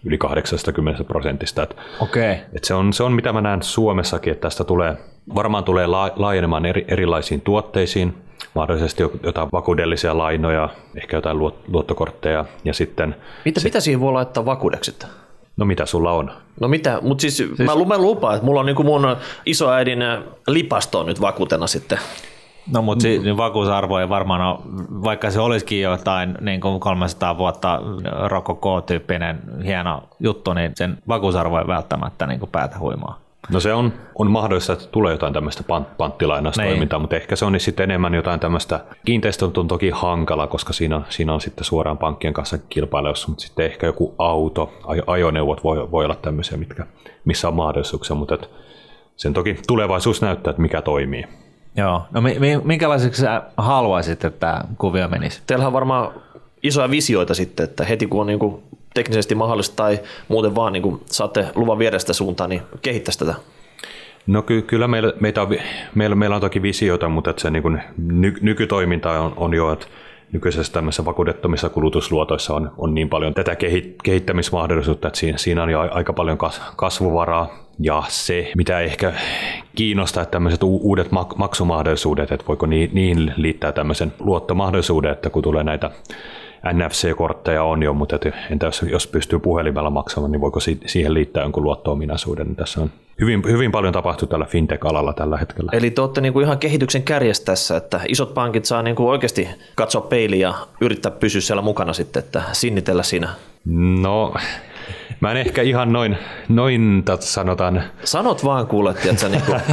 yli kahdeksankymmentä prosentista. Et, okay. et se, on, se on mitä mä näen Suomessakin, että tästä tulee, varmaan tulee laajenemaan eri, erilaisiin tuotteisiin, mahdollisesti jotain vakuudellisia lainoja, ehkä jotain luottokortteja ja sitten... Mitä, se, mitä siihen voi laittaa vakuudeksi? No mitä sulla on? No mitä, mutta siis, siis... Mä, mä lupaan, että mulla on niinku mun isoäidin lipasto nyt vakuutena sitten. No mutta siis vakuusarvo ei varmaan ole, vaikka se olisikin jotain niin kuin kolmesataa vuotta rokoko-tyyppinen hieno juttu, niin sen vakuusarvo ei välttämättä niin kuin päätä huimaa. No se on, on mahdollista, että tulee jotain tämmöistä panttilainaustoimintaa, mutta ehkä se on sitten enemmän jotain tämmöistä. Kiinteistön on toki hankala, koska siinä on, siinä on sitten suoraan pankkien kanssa kilpailussa, mutta sitten ehkä joku auto, ajoneuvot voi, voi olla tämmöisiä, mitkä, missä on mahdollisuuksia, mutta sen toki tulevaisuus näyttää, että mikä toimii. Joo, no minkälaiseksi sä haluaisit, että tämä kuvio menisi? Teillähän on varmaan isoja visioita sitten, että heti kun on niin kuin teknisesti mahdollista tai muuten vaan niin kuin saatte luvan viedä sitä suuntaan, niin kehittäisi tätä. No ky- kyllä meillä, meitä on, meillä, meillä on toki visioita, mutta että se niin kuin ny- nykytoiminta on, on jo, että nykyisessä tämmöisissä vakuudettomissa kulutusluotoissa on, on niin paljon tätä kehittämismahdollisuutta, että siinä, siinä on jo aika paljon kasvuvaraa. Ja se, mitä ehkä kiinnostaa, että tämmöiset uudet maksumahdollisuudet, että voiko niihin liittää tämmöisen luottomahdollisuuden, että kun tulee näitä N F C-kortteja on jo, mutta entä jos, jos pystyy puhelimella maksamaan, niin voiko siihen liittää jonkun luotto-ominaisuuden? Niin tässä on hyvin, hyvin paljon tapahtuu tällä fintech-alalla tällä hetkellä. Eli te olette niinku ihan kehityksen kärjessä tässä, että isot pankit saa niinku oikeasti katsoa peiliin ja yrittää pysyä siellä mukana sitten, että sinnitellä siinä. No... Mä en ehkä ihan noin, noin sanotaan... Sanot vaan kuulet, tiiätsä, niin kuin...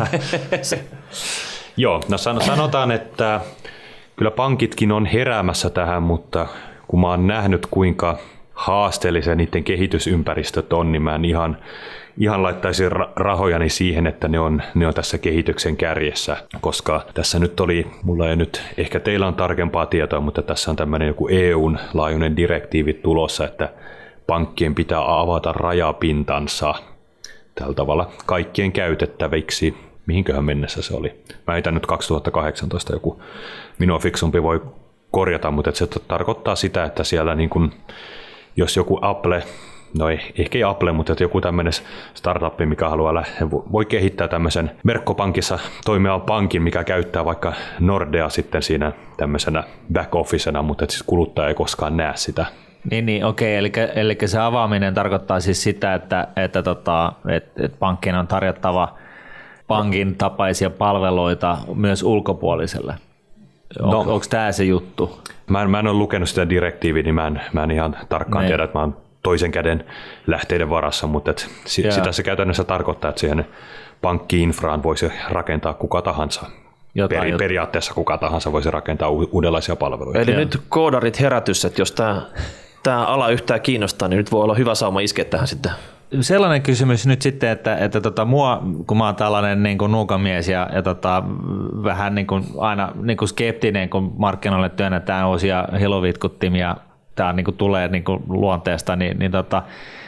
Joo, no sanotaan, että kyllä pankitkin on heräämässä tähän, mutta kun mä oon nähnyt, kuinka haasteellisia niiden kehitysympäristöt on, niin mä en ihan, ihan laittaisin rahojani siihen, että ne on, ne on tässä kehityksen kärjessä, koska tässä nyt oli, mulla ei nyt, ehkä teillä on tarkempaa tietoa, mutta tässä on tämmöinen joku E U:n laajuinen direktiivi tulossa, että pankkien pitää avata rajapintansa tällä tavalla kaikkien käytettäviksi. Mihinköhän mennessä se oli? Mä heitän nyt kaksituhattakahdeksantoista, joku minua fiksumpi voi korjata, mutta se tarkoittaa sitä, että siellä niin kun, jos joku Apple, no ei, ehkä ei Apple, mutta joku tämmöinen startup, mikä haluaa lähteä, voi kehittää tämmöisen verkkopankissa toimivan pankin, mikä käyttää vaikka Nordea sitten siinä tämmöisenä back-officena, mutta siis kuluttaja ei koskaan näe sitä. Niin, niin okei, eli, eli se avaaminen tarkoittaa siis sitä, että, että, tota, että, että pankkien on tarjottava pankin tapaisia palveluita myös ulkopuoliselle. On, no, onko tämä se juttu? Mä en, mä en ole lukenut sitä direktiiviä, niin mä en, mä en ihan tarkkaan tiedä, että mä oon toisen käden lähteiden varassa, mutta et si, sitä se käytännössä tarkoittaa, että siihen pankki-infraan voisi rakentaa kuka tahansa. Jotain, per, periaatteessa kuka tahansa voisi rakentaa u, uudenlaisia palveluita. Eli ja. Nyt koodarit herätys, että jos tämä Tämä ala yhtään kiinnostaa, niin nyt voi olla hyvä sauma iskeä tähän sitten. Sellainen kysymys nyt sitten, että, että tota, mua, kun mä oon tällainen niin kuin nuukamies ja, ja tota, vähän niin kuin aina niin kuin skeptinen, kun markkinoille työnnetään uusia hilovitkuttimia, tämä niin kuin tulee niin kuin luonteesta, niin, niin tota,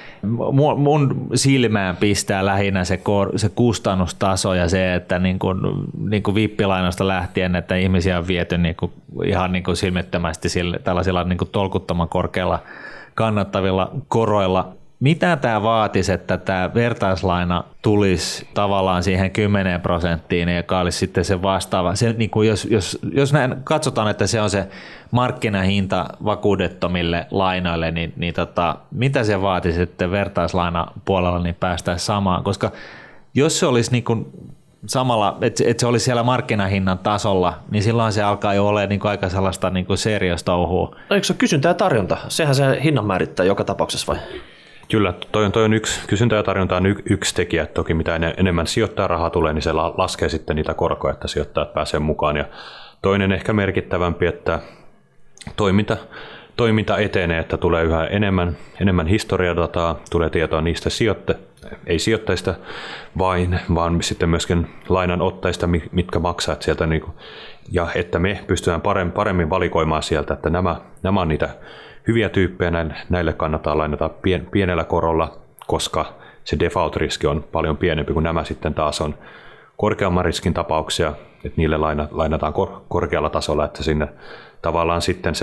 mun silmään pistää lähinnä se, se kustannustaso ja se, että niin kuin, niin kuin vippilainosta lähtien, että ihmisiä on viety niin kuin, ihan niin kuin silmittömästi sille, tällaisilla niin kuin tolkuttoman korkeilla kannattavilla koroilla. Mitä tämä vaatisi, että tämä vertaislaina tulisi tavallaan siihen kymmeneen prosenttiin, joka olisi sitten se vastaava? Se, niin kuin jos, jos, jos näin katsotaan, että se on se markkinahinta vakuudettomille lainoille, niin, niin tota, mitä se vaatisi sitten vertaislaina puolella, niin päästäisiin samaan? Koska jos se olisi niin kuin samalla, että, että se olisi siellä markkinahinnan tasolla, niin silloin se alkaa jo olla niin kuin aika sellaista niin kuin seriostouhua. No eikö se ole kysyntä ja tarjonta? Sehän se hinnan määrittää joka tapauksessa vai? Kyllä, toi on, toi on yksi, kysyntä ja tarjonta on y, yksi tekijä. Toki mitä enemmän sijoittajarahaa tulee, niin se laskee sitten niitä korkoja, että sijoittajat pääsee mukaan. Ja toinen ehkä merkittävämpi, että toiminta, toiminta etenee, että tulee yhä enemmän, enemmän historiadataa, tulee tietoa niistä sijoittajista, ei sijoittajista vain, vaan sitten myöskin lainanottajista, mitkä maksavat sieltä. Ja että me pystytään paremmin valikoimaan sieltä, että nämä, nämä on niitä hyviä tyyppejä, näille kannattaa lainata pien, pienellä korolla, koska se default-riski on paljon pienempi kuin nämä sitten taas on korkeamman riskin tapauksia, että niille lainataan kor, korkealla tasolla, että sinne tavallaan sitten se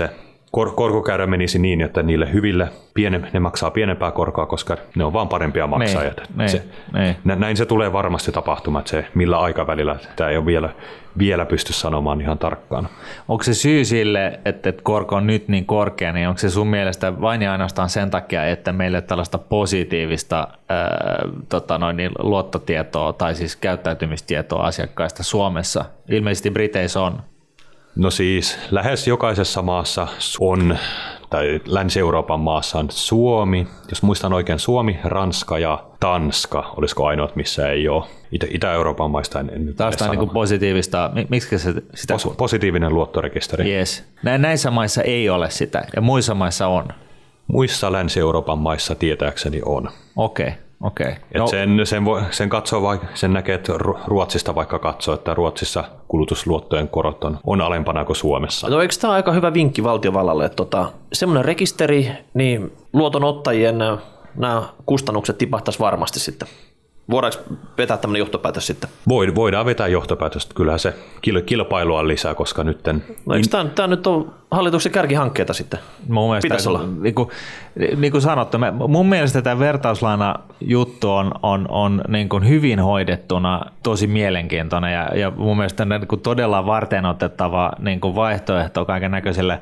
kor- korkokäyrä menisi niin, että niille hyville piene, ne maksaa pienempää korkoa, koska ne on vaan parempia maksajia. Niin, se, niin. Näin se tulee varmasti tapahtumaan, että se millä aikavälillä, tämä ei ole vielä, vielä pysty sanomaan ihan tarkkaan. Onko se syy sille, että korko on nyt niin korkea, niin onko se sun mielestä vain ja ainoastaan sen takia, että meille tällaista positiivista ää, tota noin, niin luottotietoa tai siis käyttäytymistietoa asiakkaista Suomessa? Ilmeisesti Briteissä on. No siis lähes jokaisessa maassa on, tai Länsi-Euroopan maassa on Suomi, jos muistan oikein Suomi, Ranska ja Tanska, olisiko ainoat, missä ei ole. Itä- Itä-Euroopan maista en, en nyt Taas on niin positiivista, miksi se sitä? Pos- positiivinen luottorekisteri. Yes. Näissä maissa ei ole sitä ja muissa maissa on. Muissa Länsi-Euroopan maissa tietääkseni on. Okei. Okay. Okay. No. Sen, sen, voi, sen, katsoo, vaikka, sen näkee, että Ruotsista vaikka katsoo, että Ruotsissa kulutusluottojen korot on, on alempana kuin Suomessa. No eikö tämä aika hyvä vinkki valtiovallalle, että tota, semmoinen rekisteri, niin luotonottajien nämä, nämä kustannukset tipahtaisi varmasti sitten. Voidaanko vetää tämmöinen johtopäätös sitten? Voidaan vetää johtopäätöstä. Kyllähän se kilpailua on lisää, koska nytten... No eikö tämä, tämä nyt ole hallituksen kärkihankkeita sitten? Mun mielestä, pitäisi olla. Niin kuin, niin kuin sanottu, mun mielestä tämä vertauslaina-juttu on, on, on niin kuin hyvin hoidettuna tosi mielenkiintoinen ja, ja mun mielestä niin kuin todella varteenotettava niin kuin vaihtoehto kaiken näköisille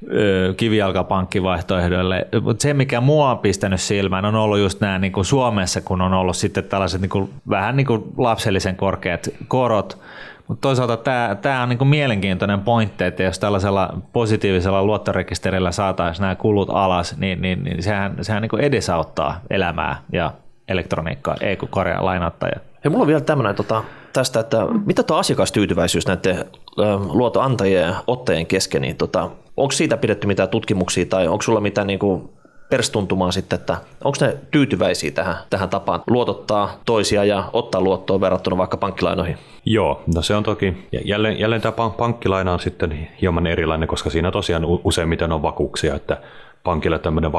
kivijalkapankkivaihtoehdoille. Mutta se, mikä mua on pistänyt silmään, on ollut just nämä niin kuin Suomessa, kun on ollut sitten tällaiset niin kuin, vähän niin kuin lapsellisen korkeat korot. Mutta toisaalta tämä, tämä on niinku mielenkiintoinen pointti, että jos tällaisella positiivisella luottorekisterillä saataisiin nämä kulut alas, niin, niin, niin sehän, sehän niinku edesauttaa elämää ja elektroniikkaa, ei kun korjaa lainauttajia. Hei, mulla on vielä tämmöinen tota, tästä, että mitä tuo asiakastyytyväisyys näiden ö, luotonantajien ja ottajien kesken, niin tota, onko siitä pidetty mitään tutkimuksia tai onko sulla mitään niinku perstuntumaa sitten, että onko ne tyytyväisiä tähän, tähän tapaan luotottaa toisia ja ottaa luottoa verrattuna vaikka pankkilainoihin? Joo, no se on toki, jälleen, jälleen tämä pankkilaina on sitten hieman erilainen, koska siinä tosiaan useimmiten on vakuuksia, että pankille tämmöinen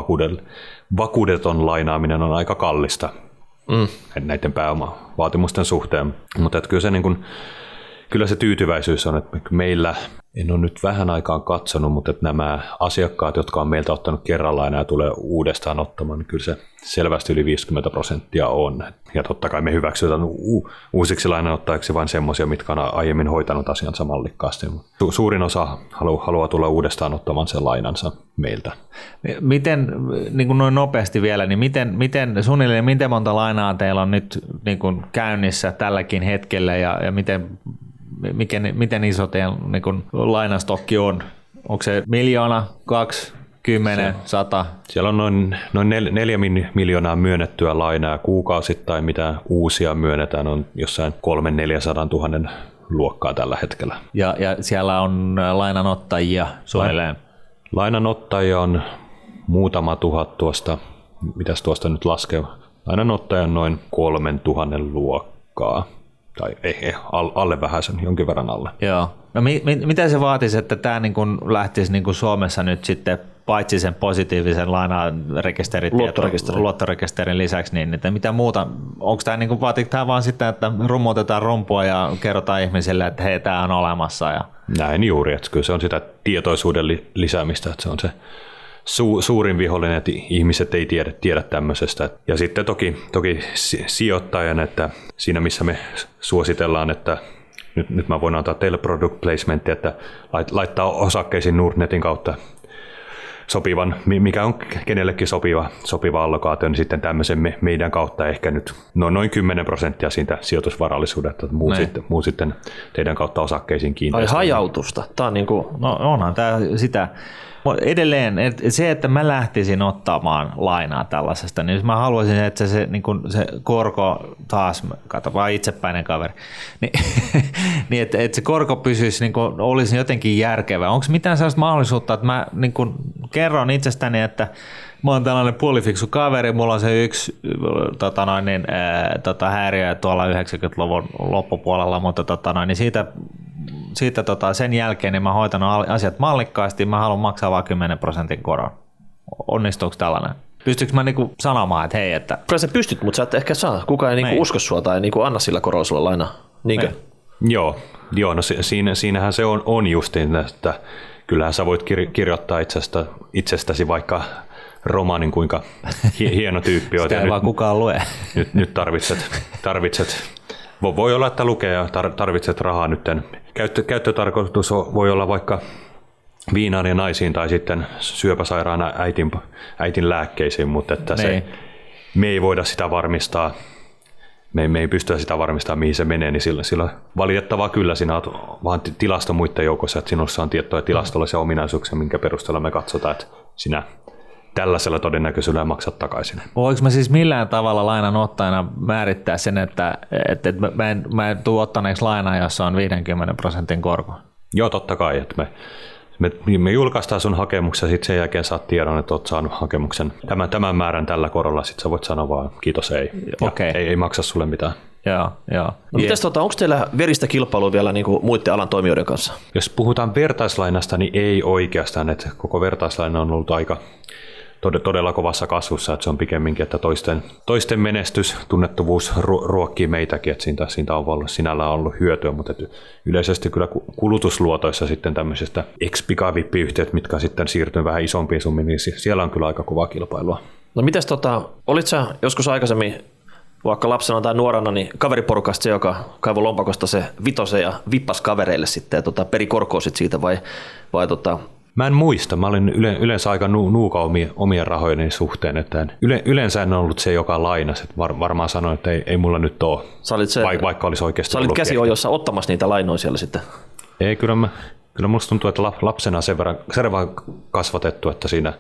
vakuudeton lainaaminen on aika kallista mm. näiden pääomavaatimusten suhteen, mutta kyllä se, niin kuin, kyllä se tyytyväisyys on, että meillä, en ole nyt vähän aikaan katsonut, mutta että nämä asiakkaat, jotka on meiltä ottanut kerran lainaa ja tulee uudestaan ottamaan, niin kyllä se selvästi yli viisikymmentä prosenttia on. Ja totta kai me hyväksytään u- uusiksi lainanottajiksi vain semmoisia, mitkä on aiemmin hoitanut asiansa mallikkaasti. Su- suurin osa halu- haluaa tulla uudestaan ottamaan sen lainansa meiltä. Miten, niin kuin noin nopeasti vielä, niin miten, miten suunnilleen miten monta lainaa teillä on nyt niin kuin käynnissä tälläkin hetkellä ja, ja miten Miten, miten iso teidän niin kun lainastokki on? Onko se miljoona, kaksi, kymmenen, sata? Siellä on noin, noin nel, neljä miljoonaa myönnettyä lainaa kuukausittain, mitä uusia myönnetään on jossain kolmen neljäsadan tuhannen luokkaa tällä hetkellä. Ja, ja siellä on lainanottajia suunnilleen? Lainanottajia on muutama tuhat tuosta, mitäs tuosta nyt laskee? Lainanottajia on noin kolmen tuhannen luokkaa. Tai ei, ei, alle vähäisen, jonkin verran alle. Joo. No mi, mi, mitä se vaatisi, että tämä niin kun lähtisi niin kun Suomessa nyt sitten paitsi sen positiivisen lainarekisterin, luottorekisterin. luottorekisterin lisäksi, niin että mitä muuta, onko tämä niin kun, vaatiko tämä vaan sitä, että rummutetaan rumpua ja kerrotaan ihmisille, että hei, tämä on olemassa? Ja... Näin juuri, että kyllä se on sitä tietoisuuden lisäämistä, että se on se Su, suurin vihollinen, että ihmiset ei tiedä, tiedä tämmöisestä. Ja sitten toki, toki sijoittajan, että siinä missä me suositellaan, että nyt, nyt mä voin antaa teille product placementia, että laittaa osakkeisiin Nordnetin kautta sopivan, mikä on kenellekin sopiva, sopiva allokaatio, niin sitten tämmöisen me, meidän kautta ehkä nyt no, noin kymmenen prosenttia siitä sijoitusvarallisuudesta, muu sitten, muu sitten teidän kautta osakkeisiin kiinteistöihin. Ai hajautusta. Tämä on niin kuin... No onhan tämä sitä. Edelleen se, että mä lähtisin ottamaan lainaa tällaisesta, niin mä haluaisin, että se, niin kun se korko taas, kato vaan itsepäinen kaveri, niin, niin että, että se korko pysyisi, niin kun olisi jotenkin järkevää. Onko mitään sellaista mahdollisuutta, että mä niin kun kerron itsestäni, että mä oon tällainen puolifiksu kaveri, mulla on se yksi tota noin, niin, ää, tota, häiriö tuolla yhdeksänkymmentäluvun loppupuolella, mutta tota noin, niin siitä Siitä tota, sen jälkeen niin mä hoitan asiat mallikkaasti, mä haluan maksaa vain kymmenen prosentin koron. Onnistuuko tällainen? Pystyykö mä niinku sanomaan, että hei, että... Kyllä sä pystyt, mutta sä et ehkä saa. Kukaan ei niinku usko sua tai niinku anna sillä korolla sulla lainaa. Niinkö? Joo, joo, no siinä, siinähän se on, on justiin, että kyllähän sä voit kir- kirjoittaa itsestä, itsestäsi vaikka romaanin, kuinka hieno tyyppi olet. Sitä ei vaan kukaan lue. Nyt, nyt tarvitset, tarvitset, voi olla, että lukee ja tarvitset rahaa nyt. Käyttö, käyttötarkoitus voi olla vaikka viinaan ja naisiin tai sitten syöpäsairaana äitin, äitin lääkkeisiin, mutta että se, me ei voida sitä varmistaa. Me ei, me ei pystytä sitä varmistamaan, mihin se menee, niin sillä, sillä valitettavaa kyllä sinä olet vaan tilasto muiden joukossa, että sinussa on tiettyjä tilastollisia ominaisuuksia, minkä perusteella me katsotaan, että sinä tällaisella todennäköisyydellä maksat takaisin. Voinko mä siis millään tavalla lainanottajana määrittää sen, että, että, että mä en, mä en tule ottaneeksi lainaa, jossa on viidenkymmenen prosentin korko? Joo, totta kai. Että me, me, me julkaistaan sun hakemuksen ja sitten sen jälkeen saat tiedon, että olet saanut hakemuksen tämän, tämän määrän tällä korolla. Sitten sä voit sanoa vaan kiitos ei. Okay. Ei, ei maksa sulle mitään. Joo, joo. No mites, tota, onko teillä veristä kilpailua vielä niin kuin muiden alan toimijoiden kanssa? Jos puhutaan vertaislainasta, niin ei oikeastaan. Että koko vertaislaina on ollut aika todella kovassa kasvussa, että se on pikemminkin, että toisten, toisten menestys, tunnettuvuus ruokkii meitäkin, että siitä, siitä on ollut, sinällään ollut hyötyä, mutta yleisesti kyllä kulutusluotoissa sitten tämmöisestä ex-pikavippiyhtiöt, mitkä on sitten siirtynyt vähän isompiin summiin, niin siellä on kyllä aika kovaa kilpailua. No mites, tota, olit sä joskus aikaisemmin vaikka lapsena tai nuorana, niin kaveriporukasta se, joka kaivoi lompakosta se vitose ja vippas kavereille sitten ja tota, peri korkoa sit siitä vai, vai tota... Mä en muista. Mä olin yle, yleensä aika nu, nuuka omien, omien rahojeni suhteen. Että yle, yleensä en ollut se, joka lainasi. Var, varmaan sanoin, että ei, ei mulla nyt ole, se, va, vaikka olisi oikeasti ollut. Sä olit käsiojossa ottamassa niitä lainoja siellä sitten. Ei, kyllä, mä, kyllä musta tuntuu, että lapsena sen verran, sen verran kasvatettu, että siinä,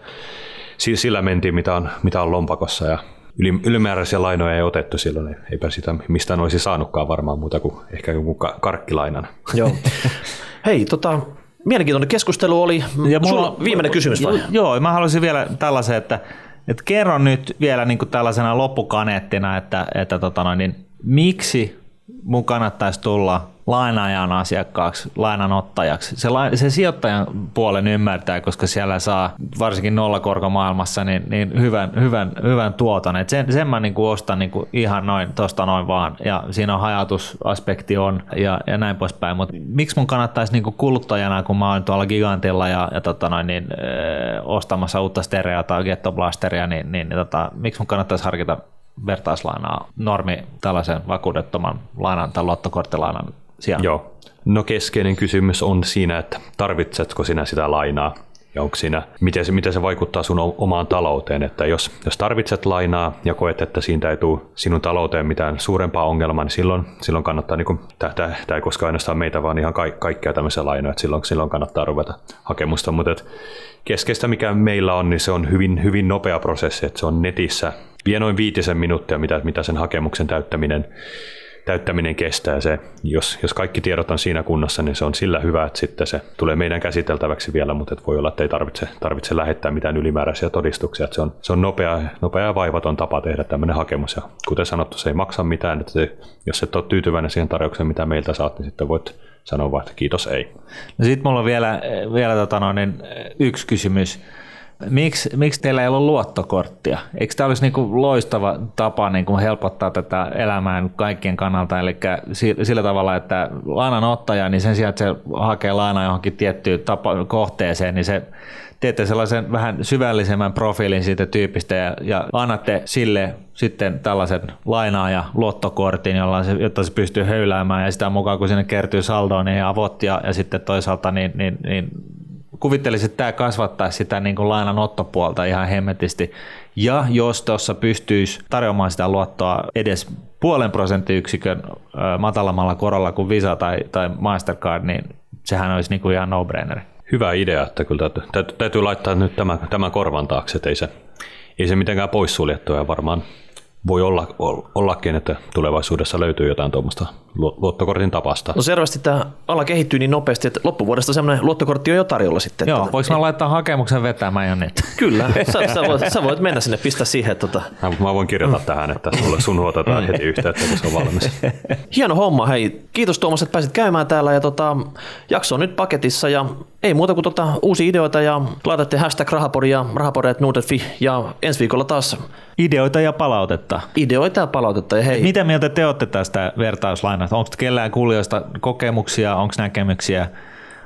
sillä mentiin, mitä on, mitä on lompakossa. Ja ylimääräisiä lainoja ei otettu silloin. Eipä sitä mistään olisi saanutkaan varmaan muuta kuin ehkä jonkun karkkilainan. Joo. Hei, tota... Mielenkiintoinen keskustelu oli. Ja sulla on viimeinen kysymys vai? Joo, mä haluaisin vielä tällaisen, että, että kerro nyt vielä niin kuin tällaisena loppukaneettina, että, että tota noin, niin, miksi mun kannattaisi tulla lainaajan asiakkaaksi, lainanottajaksi. Se, se sijoittajan puolen ymmärtää, koska siellä saa varsinkin nollakorkomaailmassa niin, niin hyvän, hyvän, hyvän tuoton. Et sen, sen mä niin kuin ostan niin kuin ihan noin, tosta noin vaan. Ja siinä on hajautusaspekti on ja, ja näin poispäin. Mutta miksi mun kannattaisi niin kuin kuluttajana, kun mä oon tuolla Gigantilla ja, ja tota noin, niin, ö, ostamassa uutta stereaa tai gettoblasteria, niin, niin tota, miksi mun kannattaisi harkita vertaislainaa normi tällaisen vakuudettoman lainan tai luottokorttilainan sijaan? Joo. No keskeinen kysymys on siinä, että tarvitsetko sinä sitä lainaa ja onko siinä, miten se, miten se vaikuttaa sun omaan talouteen. Että jos, jos tarvitset lainaa ja koet, että siitä ei tule sinun talouteen mitään suurempaa ongelmaa, niin silloin, silloin kannattaa, niin kuin, tämä ei koska ainoastaan meitä, vaan ihan ka, kaikkia tämmöisiä lainoja, että silloin, silloin kannattaa ruveta hakemusta. Mutta keskeistä, mikä meillä on, niin se on hyvin, hyvin nopea prosessi, että se on netissä vie noin viitisen minuuttia, mitä, mitä sen hakemuksen täyttäminen, täyttäminen kestää. Se, jos, jos kaikki tiedot on siinä kunnossa, niin se on sillä hyvä, että sitten se tulee meidän käsiteltäväksi vielä, mutta voi olla, että ei tarvitse, tarvitse lähettää mitään ylimääräisiä todistuksia. Että se on, se on nopea, nopea ja vaivaton tapa tehdä tämmöinen hakemus. Ja kuten sanottu, se ei maksa mitään. Että se, jos et ole tyytyväinen siihen tarjoukseen, mitä meiltä saat, niin sitten voit sanoa vaan, että kiitos, ei. No sitten mulla on vielä, vielä tota no, niin yksi kysymys. Miksi, miksi teillä ei ole luottokorttia? Eikö tämä olisi niin kuin loistava tapa niin kuin helpottaa tätä elämää kaikkien kannalta? Eli sillä tavalla, että lainanottaja, niin sen sijaan, että se hakee lainaa johonkin tiettyyn tapa, kohteeseen, niin se teette sellaisen vähän syvällisemmän profiilin siitä tyypistä ja, ja annatte sille sitten tällaisen lainaa- ja luottokortin, jolla se, jotta se pystyy höyläämään ja sitä mukaan, kun sinne kertyy saldoon, niin avot ja, ja sitten toisaalta niin, niin, niin kuvittelisin, että tämä kasvattaisi sitä niin kuin lainanottopuolta ihan hemmetisti. Ja jos tuossa pystyisi tarjoamaan sitä luottoa edes puolen prosenttiyksikön matalammalla korolla kuin Visa tai, tai Mastercard, niin sehän olisi niin kuin ihan no-braineri. Hyvä idea, että kyllä täytyy, täytyy, täytyy laittaa nyt tämä, tämä korvan taakse, että ei se, ei se mitenkään poissuljettu ja varmaan voi olla, ollakin, että tulevaisuudessa löytyy jotain tuommoista luottokortin tapasta. No selvästi tämä ala kehittyy niin nopeasti, että loppuvuodesta semmoinen luottokortti on jo tarjolla sitten. Joo, voiko mä laittaa hakemuksen vetämään jo nyt? Kyllä, sä, sä, voit, sä voit mennä sinne, pistää siihen. Tota. Mä voin kirjoittaa tähän, että sulle sun otetaan heti yhteyttä, kun se on valmis. Hieno homma, hei. Kiitos Tuomas, että pääsit käymään täällä ja tota, jakso on nyt paketissa ja ei muuta kuin tota, uusia ideoita ja laitatte hashtag rahapori ja rahapori at nuudet piste fi ja ensi viikolla taas ideoita ja palautetta. Ideoita ja palautetta. Ja hei. Mitä mieltä te olette tästä vertauslainasta? Onko kellään kuulijoista kokemuksia, onko näkemyksiä?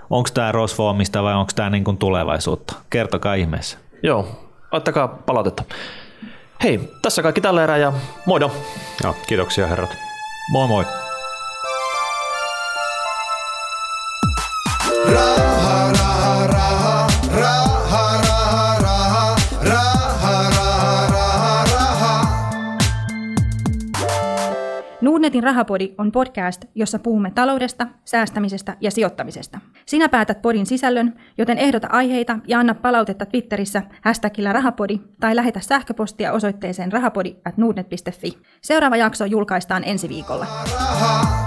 onko tämä rosvoamista vai onko tämä niin kuin tulevaisuutta? Kertokaa ihmeessä. Joo, laittakaa palautetta. Hei, tässä kaikki tällä erää ja moido. Joo, kiitoksia herrat. Moi moi. Raha, raha, raha, raha, raha, raha, raha, raha, raha, raha. Nordnetin Rahapodi on podcast, jossa puhumme taloudesta, säästämisestä ja sijoittamisesta. Sinä päätät podin sisällön, joten ehdota aiheita ja anna palautetta Twitterissä hashtagillä rahapodi tai lähetä sähköpostia osoitteeseen rahapodi at nordnet piste fi. Seuraava jakso julkaistaan ensi viikolla. Raha.